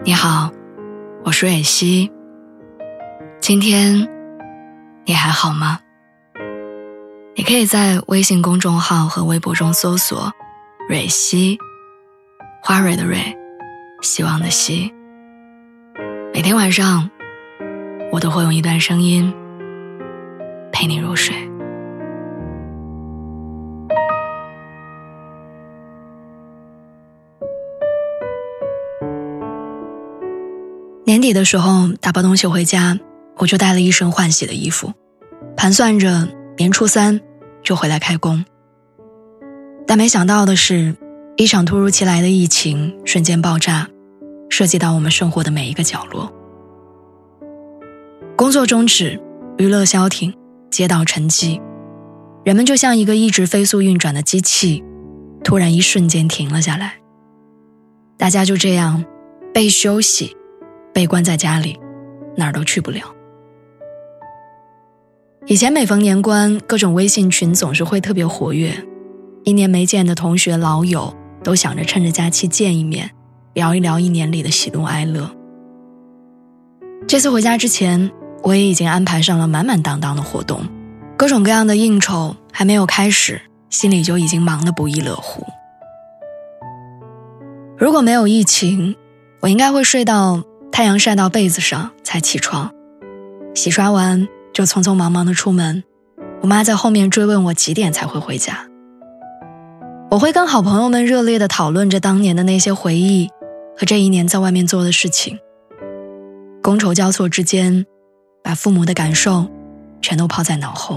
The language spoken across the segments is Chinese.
你好，我是蕊希。今天你还好吗？你可以在微信公众号和微博中搜索蕊希，花蕊的蕊，希望的希。每天晚上我都会用一段声音陪你入睡。年底的时候打包东西回家，我就带了一身换洗的衣服，盘算着年初3就回来开工。但没想到的是，一场突如其来的疫情瞬间爆炸，涉及到我们生活的每一个角落。工作终止，娱乐消停，街道沉寂，人们就像一个一直飞速运转的机器，突然一瞬间停了下来。大家就这样被休息，被关在家里，哪儿都去不了。以前每逢年关，各种微信群总是会特别活跃，一年没见的同学老友都想着趁着假期见一面，聊一聊一年里的喜怒哀乐。这次回家之前，我也已经安排上了满满当当的活动，各种各样的应酬还没有开始，心里就已经忙得不亦乐乎。如果没有疫情，我应该会睡到太阳晒到被子上才起床，洗刷完就匆匆忙忙地出门，我妈在后面追问我几点才会回家。我会跟好朋友们热烈地讨论着当年的那些回忆和这一年在外面做的事情，觥筹交错之间，把父母的感受全都抛在脑后。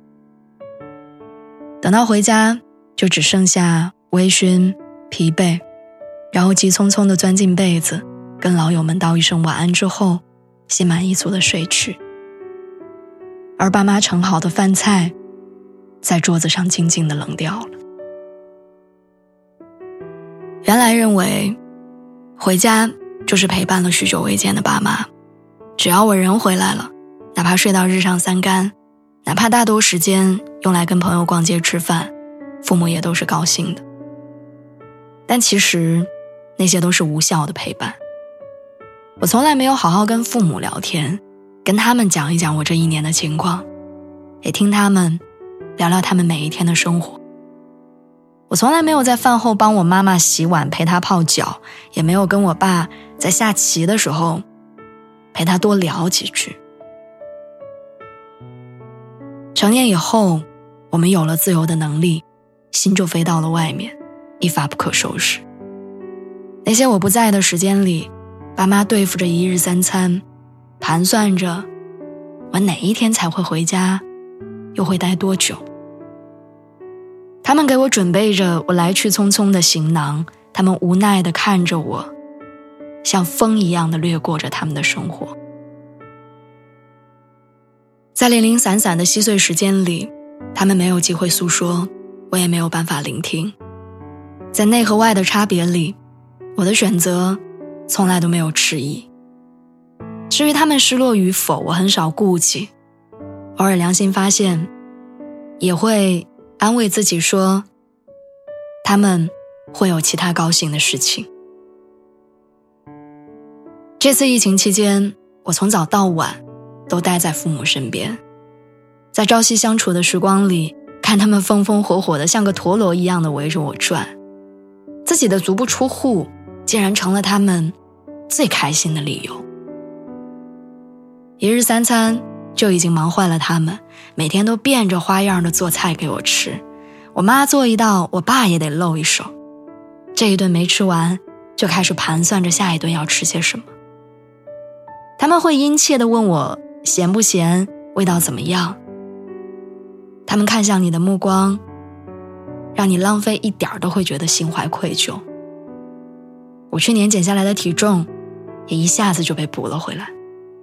等到回家，就只剩下微醺、疲惫，然后急匆匆地钻进被子，跟老友们道一声晚安之后，心满意足地睡去。而爸妈盛好的饭菜在桌子上静静地冷掉了。原来认为回家就是陪伴了许久未见的爸妈，只要我人回来了，哪怕睡到日上三竿，哪怕大多时间用来跟朋友逛街吃饭，父母也都是高兴的。但其实那些都是无效的陪伴。我从来没有好好跟父母聊天，跟他们讲一讲我这一年的情况，也听他们聊聊他们每一天的生活。我从来没有在饭后帮我妈妈洗碗陪她泡脚，也没有跟我爸在下棋的时候陪他多聊几句。成年以后，我们有了自由的能力，心就飞到了外面，一发不可收拾。那些我不在的时间里，爸妈对付着一日三餐，盘算着我哪一天才会回家，又会待多久。他们给我准备着我来去匆匆的行囊，他们无奈地看着我，像风一样地掠过着他们的生活。在零零散散的稀碎时间里，他们没有机会诉说，我也没有办法聆听。在内和外的差别里，我的选择从来都没有迟疑。至于他们失落与否，我很少顾忌，偶尔良心发现，也会安慰自己说，他们会有其他高兴的事情。这次疫情期间，我从早到晚都待在父母身边，在朝夕相处的时光里，看他们风风火火的像个陀螺一样的围着我转，自己的足不出户竟然成了他们最开心的理由。一日三餐就已经忙坏了他们，每天都变着花样的做菜给我吃，我妈做一道，我爸也得露一手。这一顿没吃完，就开始盘算着下一顿要吃些什么。他们会殷切地问我咸不咸，味道怎么样。他们看向你的目光，让你浪费一点都会觉得心怀愧疚。我去年减下来的体重，也一下子就被补了回来。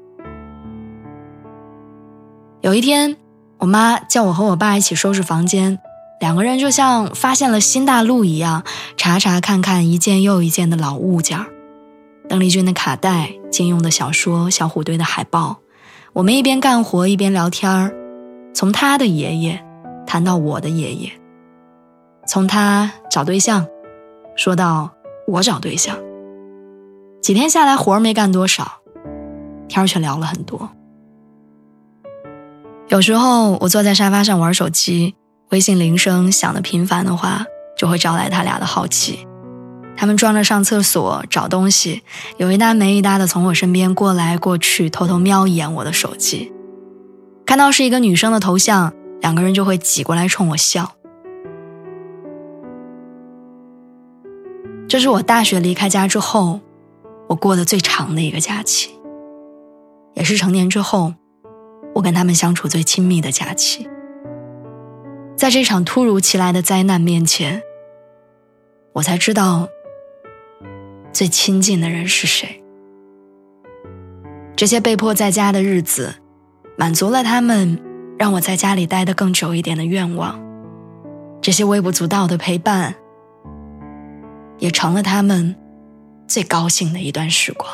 有一天，我妈叫我和我爸一起收拾房间，两个人就像发现了新大陆一样，查查看看一件又一件的老物件，邓丽君的卡带，金庸的小说，小虎队的海报。我们一边干活一边聊天，从他的爷爷谈到我的爷爷，从他找对象说到我找对象。 几天下来活儿没干多少，天儿却聊了很多。有时候我坐在沙发上玩手机，微信铃声响得频繁的话，就会招来他俩的好奇。他们装着上厕所找东西，有一搭没一搭的从我身边过来过去，偷偷瞄一眼我的手机。看到是一个女生的头像，两个人就会挤过来冲我笑。这是我大学离开家之后我过得最长的一个假期，也是成年之后我跟他们相处最亲密的假期。在这场突如其来的灾难面前，我才知道最亲近的人是谁。这些被迫在家的日子，满足了他们让我在家里待得更久一点的愿望。这些微不足道的陪伴，也成了他们最高兴的一段时光。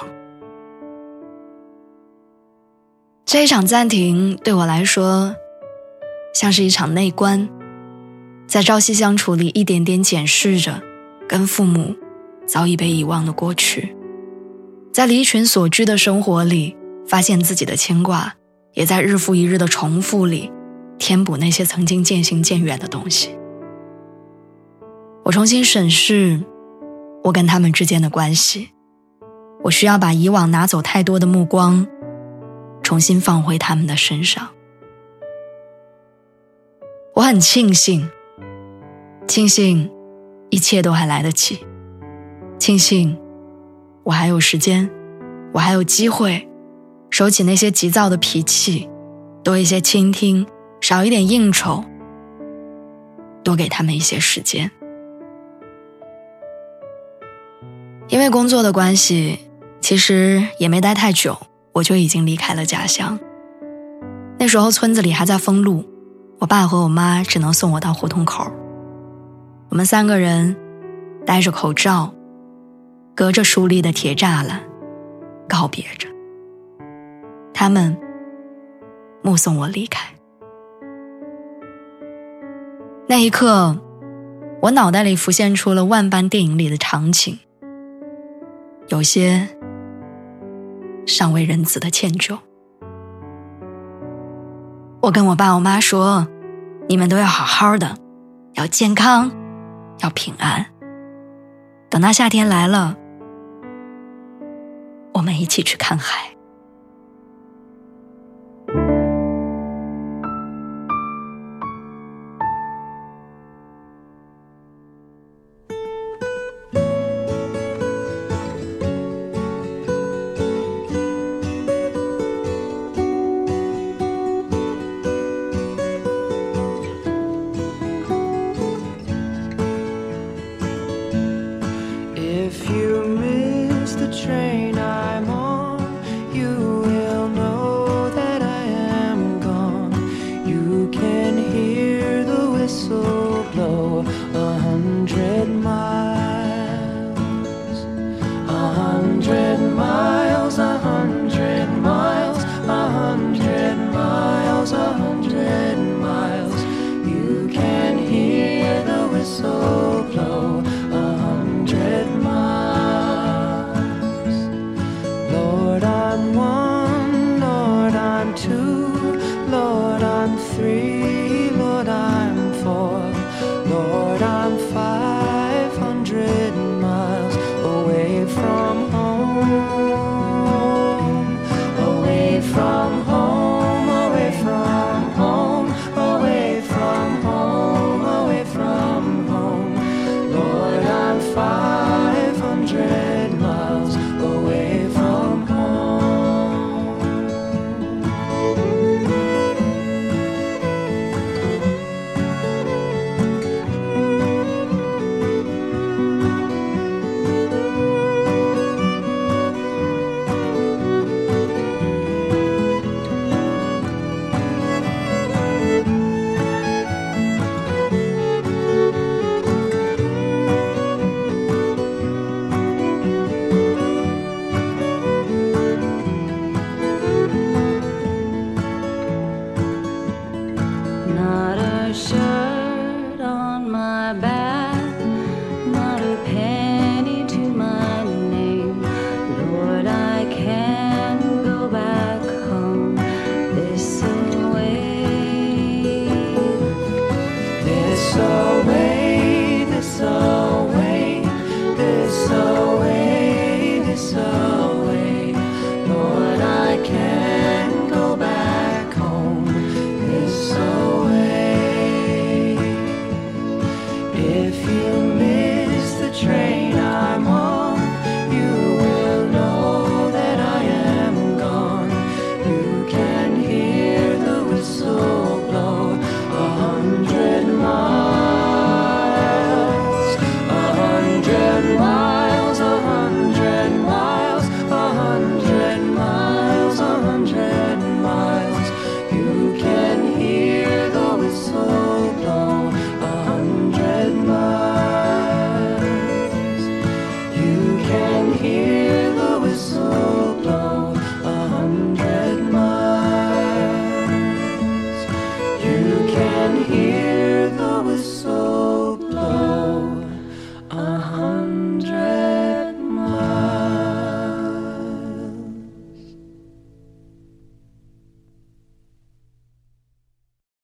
这一场暂停对我来说像是一场内观，在朝夕相处里一点点检视着跟父母早已被遗忘的过去，在离群所居的生活里发现自己的牵挂，也在日复一日的重复里填补那些曾经渐行渐远的东西。我重新审视我跟他们之间的关系，我需要把以往拿走太多的目光重新放回他们的身上。我很庆幸一切都还来得及，庆幸我还有时间，我还有机会收起那些急躁的脾气，多一些倾听，少一点应酬，多给他们一些时间。因为工作的关系，其实也没待太久，我就已经离开了家乡。那时候村子里还在封路，我爸和我妈只能送我到胡同口。我们3个人戴着口罩，隔着疏离的铁栅栏告别着，他们目送我离开。那一刻，我脑袋里浮现出了万般电影里的场景，有些尚未人子的歉疚。我跟我爸我妈说，你们都要好好的，要健康，要平安。等到夏天来了，我们一起去看海。